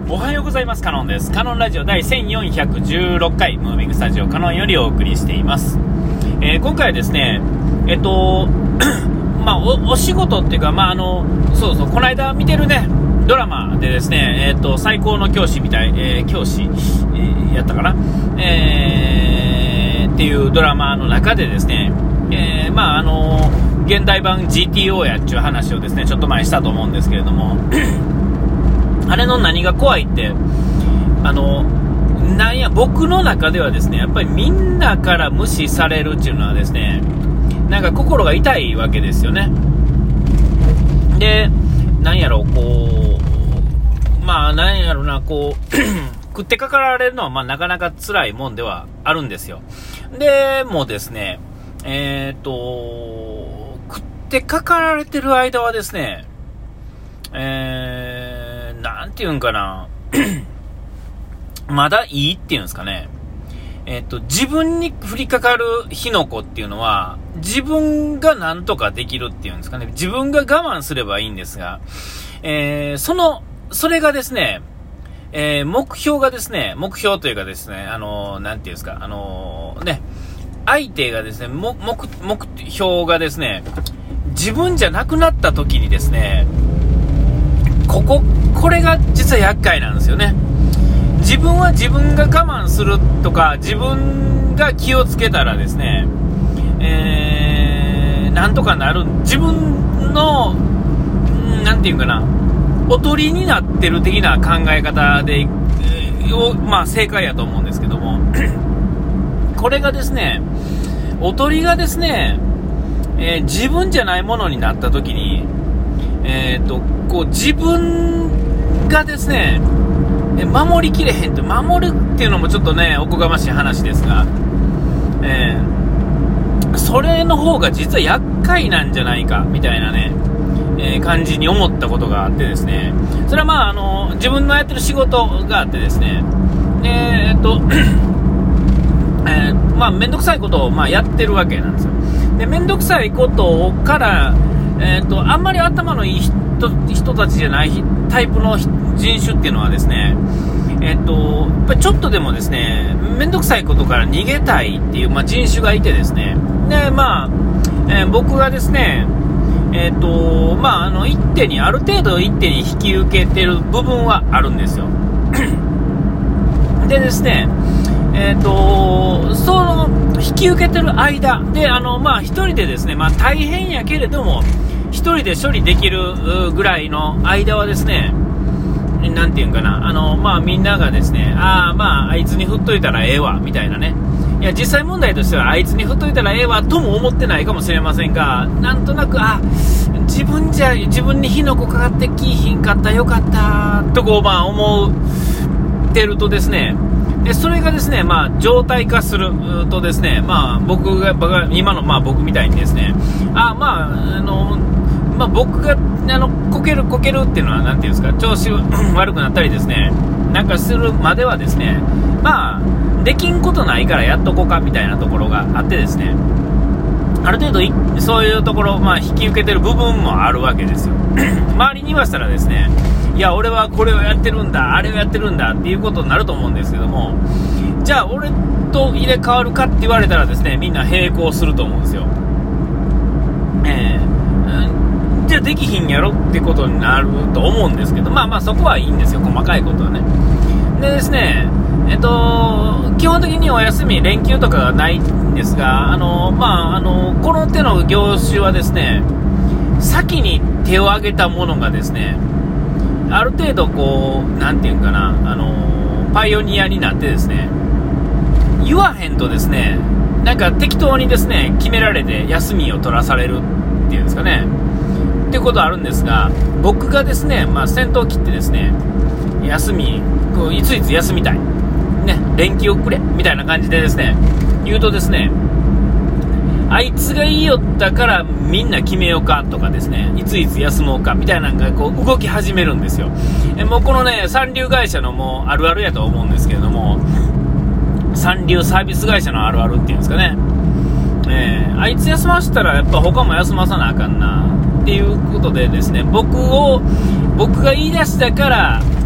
おはようございます。カノンです。カノンラジオ第1416回ムービングスタジオカノンよりお送りしています。今回はですねお仕事っていうかこの間見てるねドラマでですね最高の教師みたい、教師、やったかな、っていうドラマの中でですね現代版 GTO やっていう話をですねちょっと前したと思うんですけれどもあれの何が怖いって僕の中ではですねやっぱりみんなから無視されるっていうのはですねなんか心が痛いわけですよね。で食ってかかられるのはなかなか辛いもんではあるんですよ。でもですね食ってかかられてる間はですねなんていうんかなまだいいっていうんですかね。自分に降りかかる火の粉っていうのは自分がなんとかできるっていうんですかね。自分が我慢すればいいんですが、それがですね、目標というかですね、なんていうんですか、相手がですね、目標がですね、自分じゃなくなった時にですね、これが実は厄介なんですよね。自分は自分が我慢するとか自分が気をつけたらですね、なんとかなる。自分のなんていうかなおとりになってる的な考え方で、正解やと思うんですけどもこれがですねおとりがですね、自分じゃないものになった時に自分がですね守りきれへんと。守るっていうのもちょっとねおこがましい話ですが、それの方が実は厄介なんじゃないかみたいなね、感じに思ったことがあってですね、それは自分のやってる仕事があってですね、めんどくさいことをやってるわけなんですよ。でめんどくさいことからあんまり頭のいい人たちじゃないタイプの人種っていうのはですねやっぱりちょっとでもですねめんどくさいことから逃げたいっていう、人種がいてですね、で僕がですねある程度一手に引き受けてる部分はあるんですよでですねその引き受けてる間で一人でですね大変やけれども一人で処理できるぐらいの間はですねなんていうんかなみんながですねあいつに振っといたらええわみたいなね。いや実際問題としてはあいつに振っといたらええわとも思ってないかもしれませんが、なんとなく自分に火の粉かかってきひんかったよかったと思ってるとですね、でそれがですね状態化するとですね僕が今の僕みたいにですね僕がこけるっていうのはなんていうんですか、調子悪くなったりですねなんかするまではですねできんことないからやっとこうかみたいなところがあってですね、ある程度そういうところ引き受けてる部分もあるわけですよ周りに言わせたらですね、いや俺はこれをやってるんだあれをやってるんだっていうことになると思うんですけども、じゃあ俺と入れ替わるかって言われたらですねみんな並行すると思うんですよ。じゃあできひんやろってことになると思うんですけど、そこはいいんですよ、細かいことはね。でですね基本的にお休み連休とかがないんですがこの手の業種はですね先に手を挙げたものがですねある程度なんていうんかなパイオニアになってですね言わへんとですねなんか適当にですね決められて休みを取らされるっていうんですかねっていうことあるんですが、僕がですね先頭切ってですね休みいついつ休みたいね連休をくれみたいな感じでですね言うとですねあいつが言いよったからみんな決めようかとかですねいついつ休もうかみたいなのが動き始めるんですよ。もうこのね三流会社のもうあるあるやと思うんですけれども、三流サービス会社のあるあるっていうんですかね、あいつ休ませたらやっぱ他も休まさなあかんなっていうことでですね僕が言い出したから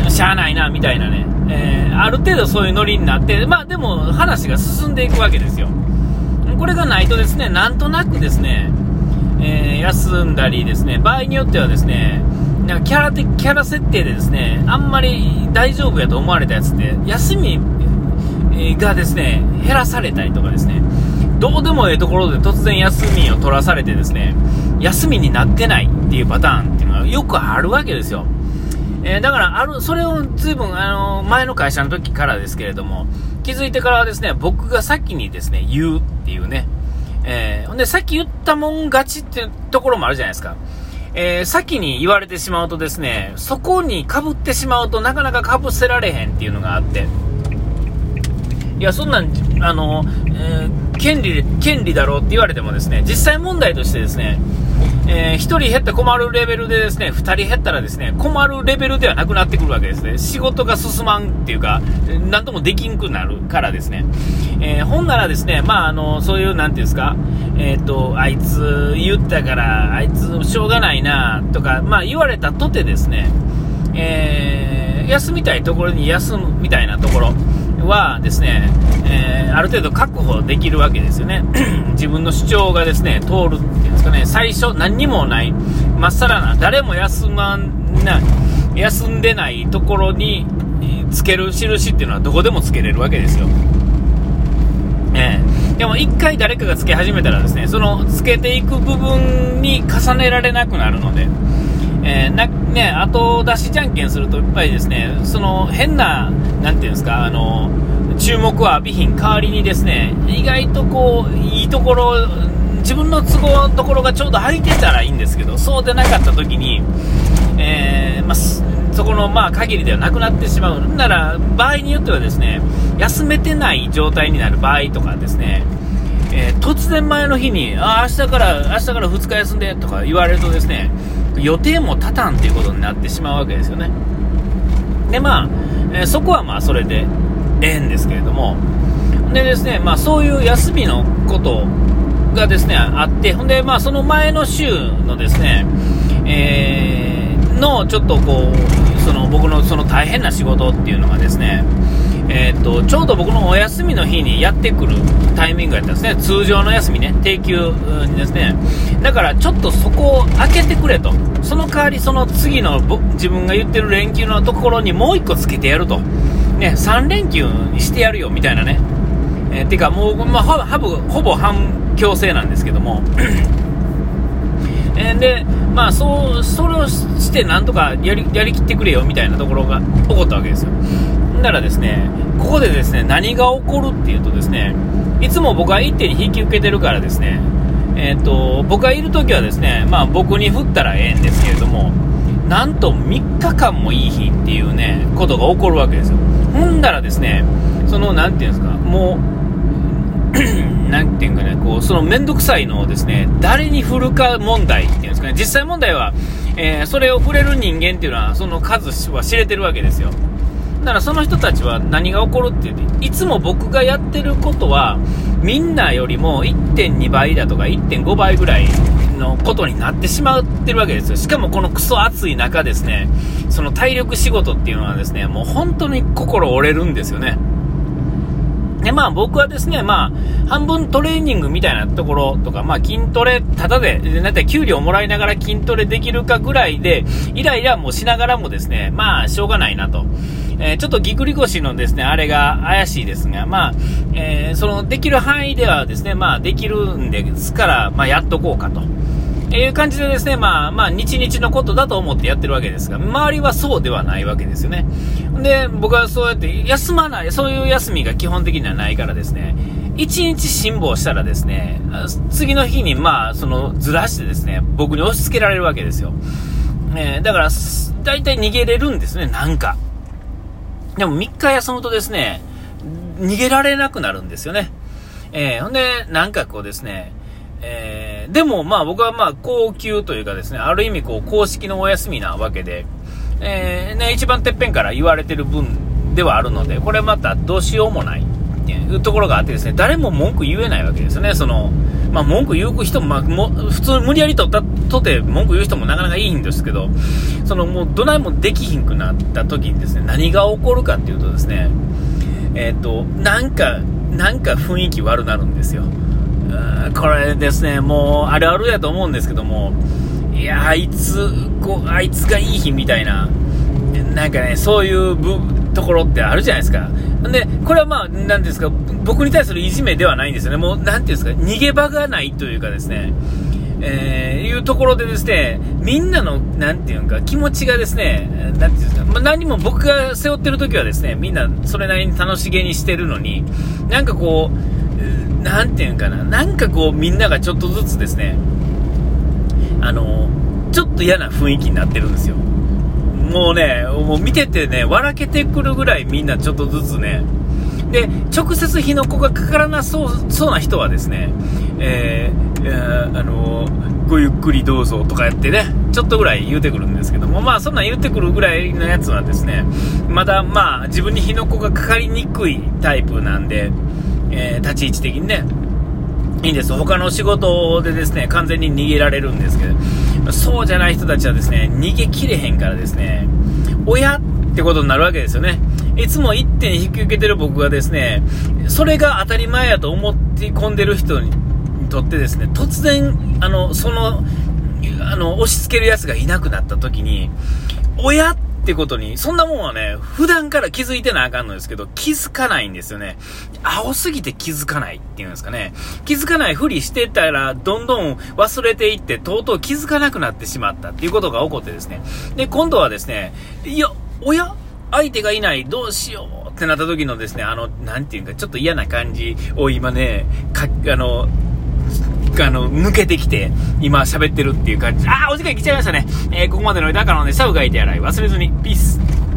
しゃあないなみたいなね、ある程度そういうノリになって、まあでも話が進んでいくわけですよ。これがないとですね、なんとなくですね、休んだりですね、場合によってはですね、なんかキャラ設定でですね、あんまり大丈夫やと思われたやつって休みがですね減らされたりとかですね、どうでもええところで突然休みを取らされてですね、休みになってないっていうパターンっていうのがよくあるわけですよ。だからそれを随分前の会社の時からですけれども、気づいてからはですね、僕が先にですね言うっていうね、ほんでさっき言ったもん勝ちっていうところもあるじゃないですか。先に言われてしまうとですね、そこに被ってしまうとなかなか被せられへんっていうのがあって、いやそんなん権利だろうって言われてもですね、実際問題としてですね、1人減って困るレベルでですね、2人減ったらですね困るレベルではなくなってくるわけですね。仕事が進まんっていうか、なんともできんくなるからですね、ほんならですね、そういうなんていうんですか、あいつ言ったからあいつしょうがないなとか、言われたとてですね、休みたいところに休むみたいなところはですね、ある程度確保できるわけですよね。自分の主張がですね通るっていうんですかね、最初何にもないまっさらな、誰も休んでないところにつける印っていうのはどこでもつけれるわけですよ。でも一回誰かがつけ始めたらですね、そのつけていく部分に重ねられなくなるので、後出しじゃんけんするとやっぱりですね、その変ななんていうんですか、注目は浴びひん代わりにですね、意外とこういいところ、自分の都合のところがちょうど空いてたらいいんですけど、そうでなかった時に、そこの限りではなくなってしまうなら、場合によってはですね、休めてない状態になる場合とかですね、突然前の日に明日から2日休んでとか言われるとですね、予定も立たんということになってしまうわけですよね。でそこはそれでええんですけれども、でですね、そういう休みのことがですねあって、ほんでその前の週のですね、のちょっとこう僕のその大変な仕事っていうのがですね、ちょうど僕のお休みの日にやってくるタイミングやったんですね。通常の休みね、定休にですね。だからちょっとそこを開けてくれと、その代わりその次の自分が言ってる連休のところにもう1個つけてやるとね、3連休にしてやるよみたいなね、てかもう、ほぼ半強制なんですけどもでそれをしてなんとかやりきってくれよみたいなところが起こったわけですよ。ならですね、ここでですね何が起こるっていうとですね、いつも僕は一手に引き受けてるからですね、僕がいるときはですね、僕に振ったらええんですけれども、なんと3日間もいい日っていうねことが起こるわけですよ。ほんだらですね、なんていうんですか、もうなんていうかね、その面倒くさいのをですね、誰に振るか問題っていうんですかね。実際問題は、それを触れる人間っていうのはその数は知れてるわけですよ。だからその人たちは何が起こるって言って、いつも僕がやってることはみんなよりも 1.2 倍だとか 1.5 倍ぐらいのことになってしまってるわけですよ。しかもこのクソ暑い中ですね、その体力仕事っていうのはですね、もう本当に心折れるんですよね。で僕はですね、半分トレーニングみたいなところとか、筋トレただでだいたい給料をもらいながら筋トレできるかぐらいでイライラもしながらもですね、しょうがないなと、ちょっとぎくり腰のですねあれが怪しいですが、そのできる範囲ではですね、できるんですから、やっとこうかという感じでですね、日々のことだと思ってやってるわけですが、周りはそうではないわけですよね。で、僕はそうやって休まない、そういう休みが基本的にはないからですね、1日辛抱したらですね、次の日にずらしてですね、僕に押し付けられるわけですよ。だから大体逃げれるんですね、なんか。でも3日休むとですね、逃げられなくなるんですよね。ほんでなんかこうですね、でも僕は高級というかですね、ある意味公式のお休みなわけで、一番てっぺんから言われてる分ではあるので、これまたどうしようもないっていうところがあってですね、誰も文句言えないわけですよね。文句言う人も、普通無理やりとって文句言う人もなかなかいいんですけど、もうどないもできひんくなった時にですね、何が起こるかっていうとですね、なんか雰囲気悪なるんですよ。これですね、もうあるあるやと思うんですけども、いや、あいつがいい日みたいな、なんかね、そういうところってあるじゃないですか。で、これはまあ、なんていうんですか、僕に対するいじめではないんですよね。もう、なんていうんですか、逃げ場がないというかですね、いうところでですね、みんなの、なんていうか、気持ちがですね、なんていうんですか、何も僕が背負ってる時はですね、みんなそれなりに楽しげにしてるのに、なんかこう、なんていうかな、なんかこう、みんながちょっとずつですね、ちょっと嫌な雰囲気になってるんですよ。もう見ててね、笑けてくるぐらいみんなちょっとずつね。で、直接火の粉がかからなそうな人はですね、ごゆっくりどうぞとかやってね、ちょっとぐらい言うてくるんですけども、まあそんなん言うてくるぐらいのやつはですね、まだまあ自分に火の粉がかかりにくいタイプなんで、立ち位置的にね、いいんです。他の仕事でですね、完全に逃げられるんですけど、そうじゃない人たちはですね、逃げきれへんからですね、親ってことになるわけですよね。いつも一点引き受けてる僕がですね、それが当たり前やと思って込んでる人にとってですね、突然、押し付けるやつがいなくなった時に、親ってことに、そんなもんはね、普段から気づいてなあかんのですけど、気づかないんですよね。青すぎて気づかないっていうんですかね。気づかないふりしてたら、どんどん忘れていって、とうとう気づかなくなってしまったっていうことが起こってですね。で、今度はですね、いや、親？相手がいない、どうしようってなった時のですね、なんていうか、ちょっと嫌な感じを今ね、抜けてきて、今喋ってるっていう感じ。お時間来ちゃいましたね。ここまでの高野でした。うがいて洗い忘れずに。ピース。